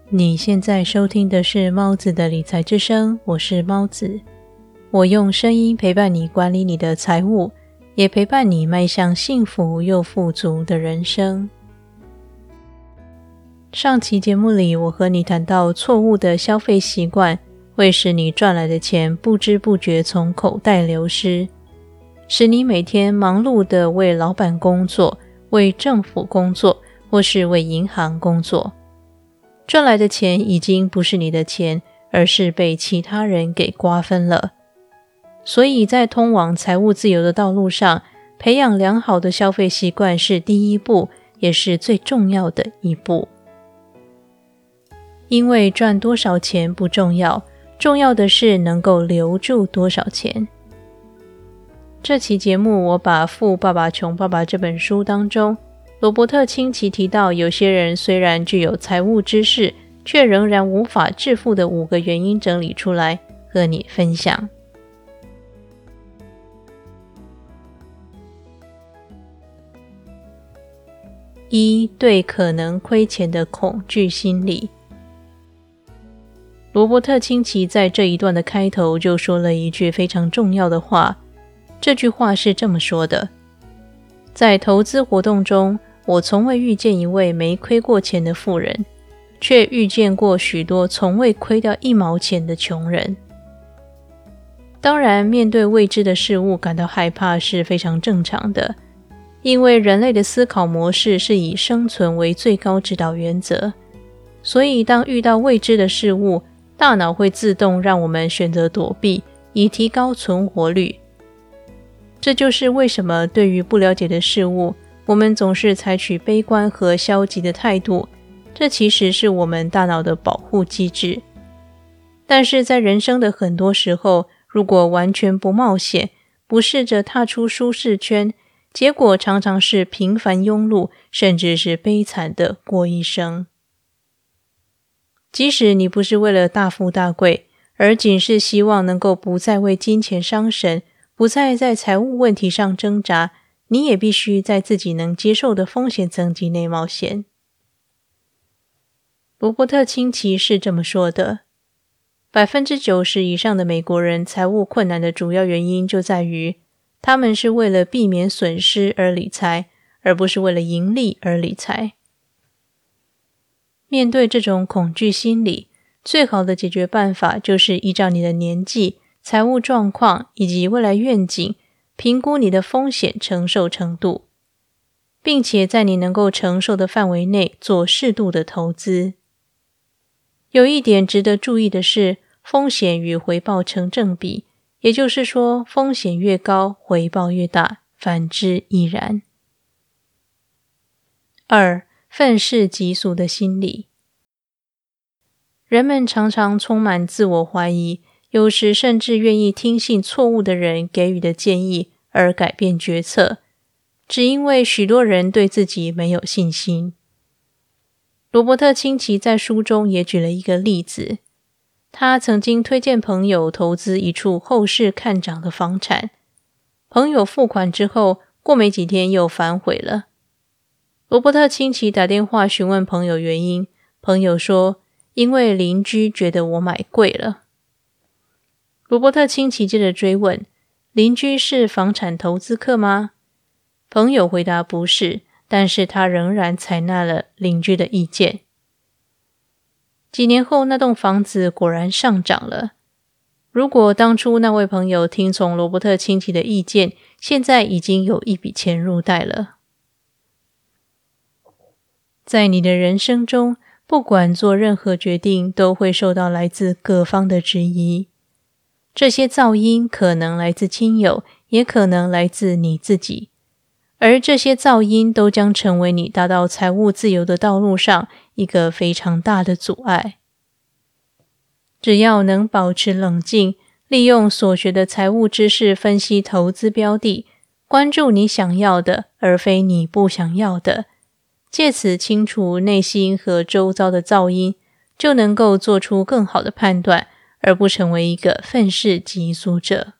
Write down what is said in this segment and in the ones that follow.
你现在收听的是猫子的理财之声，我是猫子。我用声音陪伴你管理你的财务，也陪伴你迈向幸福又富足的人生。上期节目里，我和你谈到错误的消费习惯会使你赚来的钱不知不觉从口袋流失，使你每天忙碌地为老板工作，为政府工作，或是为银行工作。赚来的钱已经不是你的钱，而是被其他人给瓜分了。所以在通往财务自由的道路上，培养良好的消费习惯是第一步，也是最重要的一步。因为赚多少钱不重要，重要的是能够留住多少钱。这期节目我把《富爸爸穷爸爸》这本书当中，罗伯特清崎提到，有些人虽然具有财务知识，却仍然无法致富的5个原因整理出来，和你分享。1. 对可能亏钱的恐惧心理。罗伯特清崎在这一段的开头就说了一句非常重要的话，这句话是这么说的：在投资活动中，我从未遇见一位没亏过钱的富人，却遇见过许多从未亏掉1毛钱的穷人。当然，面对未知的事物感到害怕是非常正常的，因为人类的思考模式是以生存为最高指导原则，所以当遇到未知的事物，大脑会自动让我们选择躲避，以提高存活率。这就是为什么对于不了解的事物，我们总是采取悲观和消极的态度，这其实是我们大脑的保护机制。但是在人生的很多时候，如果完全不冒险，不试着踏出舒适圈，结果常常是平凡庸碌，甚至是悲惨的过一生。即使你不是为了大富大贵，而仅是希望能够不再为金钱伤神，不再在财务问题上挣扎，你也必须在自己能接受的风险层级内冒险。罗伯特清崎是这么说的：90%以上的美国人财务困难的主要原因就在于，他们是为了避免损失而理财，而不是为了盈利而理财。面对这种恐惧心理，最好的解决办法就是依照你的年纪、财务状况以及未来愿景，评估你的风险承受程度，并且在你能够承受的范围内做适度的投资。有一点值得注意的是，风险与回报成正比，也就是说，风险越高，回报越大，反之亦然。2. 愤世嫉俗的心理。人们常常充满自我怀疑，有时甚至愿意听信错误的人给予的建议而改变决策，只因为许多人对自己没有信心。罗伯特清崎在书中也举了一个例子，他曾经推荐朋友投资一处后市看涨的房产，朋友付款之后，过没几天又反悔了。罗伯特清崎打电话询问朋友原因，朋友说，因为邻居觉得我买贵了。罗伯特清崎接着追问，邻居是房产投资客吗？朋友回答不是，但是他仍然采纳了邻居的意见。几年后，那栋房子果然上涨了。如果当初那位朋友听从罗伯特清崎的意见，现在已经有一笔钱入袋了。在你的人生中，不管做任何决定，都会受到来自各方的质疑。这些噪音可能来自亲友，也可能来自你自己。而这些噪音都将成为你达到财务自由的道路上一个非常大的阻碍。只要能保持冷静，利用所学的财务知识分析投资标的，关注你想要的，而非你不想要的，借此清除内心和周遭的噪音，就能够做出更好的判断，而不成为一个愤世嫉俗者。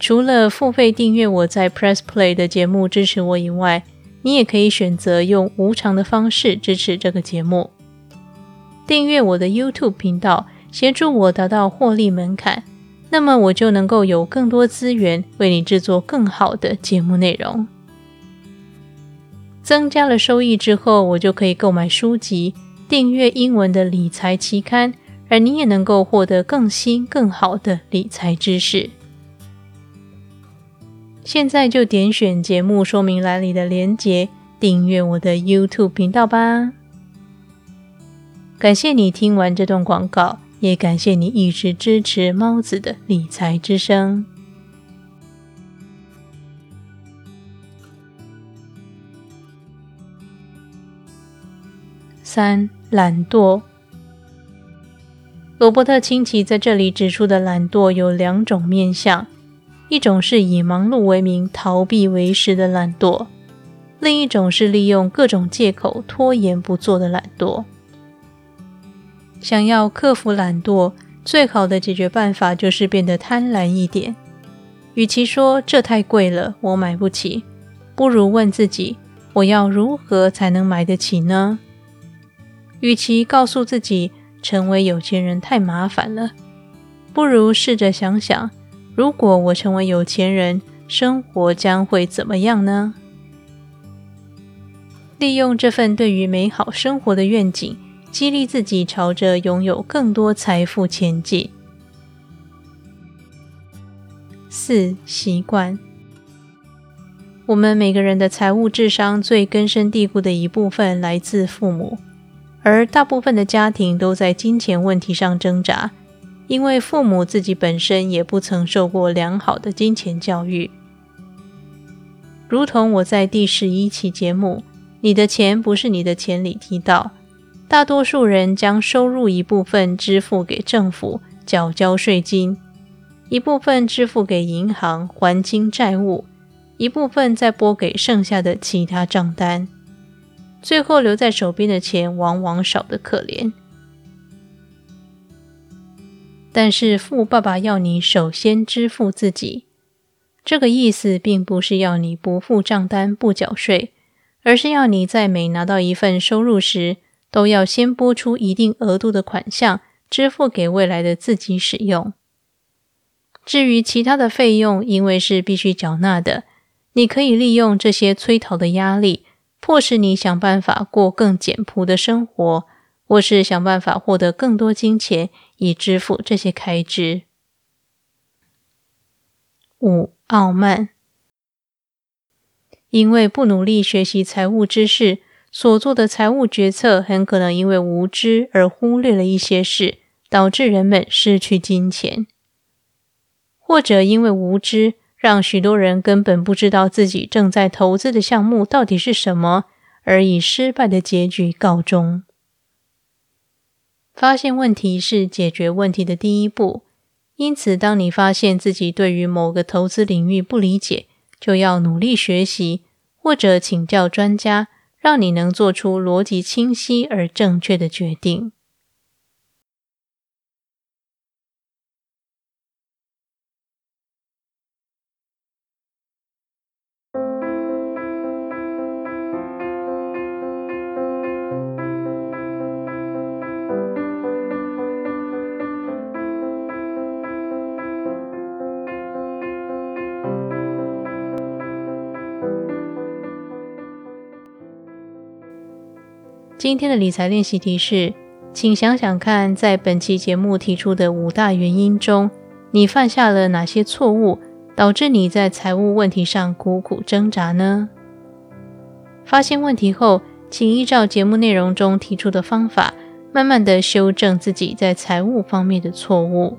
除了付费订阅我在 Press Play 的节目支持我以外，你也可以选择用无偿的方式支持这个节目。订阅我的 YouTube 频道，协助我达到获利门槛，那么我就能够有更多资源为你制作更好的节目内容。增加了收益之后，我就可以购买书籍，订阅英文的理财期刊，而你也能够获得更新更好的理财知识。现在就点选节目说明栏里的连结，订阅我的 YouTube 频道吧。感谢你听完这段广告，也感谢你一直支持猫子的理财之声。3. 懒惰。罗伯特清崎在这里指出的懒惰有2种面向，一种是以忙碌为名逃避为实的懒惰，另一种是利用各种借口拖延不做的懒惰。想要克服懒惰，最好的解决办法就是变得贪婪一点。与其说这太贵了，我买不起，不如问自己，我要如何才能买得起呢？与其告诉自己成为有钱人太麻烦了，不如试着想想，如果我成为有钱人，生活将会怎么样呢？利用这份对于美好生活的愿景，激励自己朝着拥有更多财富前进。4. 习惯。我们每个人的财务智商最根深蒂固的一部分来自父母，而大部分的家庭都在金钱问题上挣扎，因为父母自己本身也不曾受过良好的金钱教育。如同我在第11期节目《你的钱不是你的钱》里提到，大多数人将收入一部分支付给政府，缴交税金，一部分支付给银行，还清债务，一部分再拨给剩下的其他账单，最后留在手边的钱往往少得可怜。但是富爸爸要你首先支付自己，这个意思并不是要你不付账单不缴税，而是要你在每拿到一份收入时，都要先拨出一定额度的款项，支付给未来的自己使用。至于其他的费用，因为是必须缴纳的，你可以利用这些催讨的压力，迫使你想办法过更简朴的生活，或是想办法获得更多金钱，以支付这些开支。5. 傲慢。因为不努力学习财务知识，所做的财务决策很可能因为无知而忽略了一些事，导致人们失去金钱。或者因为无知，让许多人根本不知道自己正在投资的项目到底是什么，而以失败的结局告终。发现问题是解决问题的第一步，因此当你发现自己对于某个投资领域不理解，就要努力学习，或者请教专家，让你能做出逻辑清晰而正确的决定。今天的理财练习题是，请想想看，在本期节目提出的5大原因中，你犯下了哪些错误，导致你在财务问题上苦苦挣扎呢？发现问题后，请依照节目内容中提出的方法，慢慢地修正自己在财务方面的错误。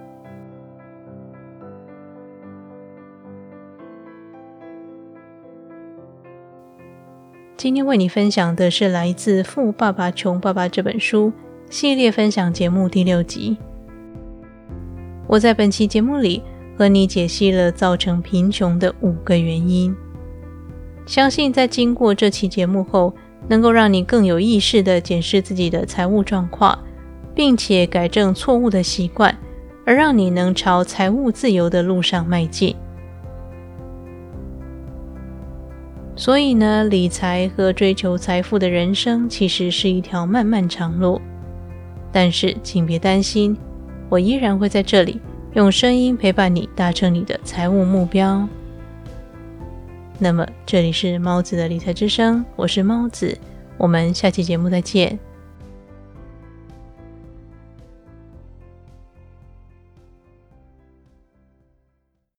今天为你分享的是来自《富爸爸穷爸爸》这本书系列分享节目第6集。我在本期节目里和你解析了造成贫穷的5个原因。相信在经过这期节目后，能够让你更有意识地检视自己的财务状况，并且改正错误的习惯，而让你能朝财务自由的路上迈进。 所以呢，理财和追求财富的人生其实是一条漫漫长路。但是请别担心，我依然会在这里用声音陪伴你达成你的财务目标。那么这里是猫子的理财之声，我是猫子，我们下期节目再见。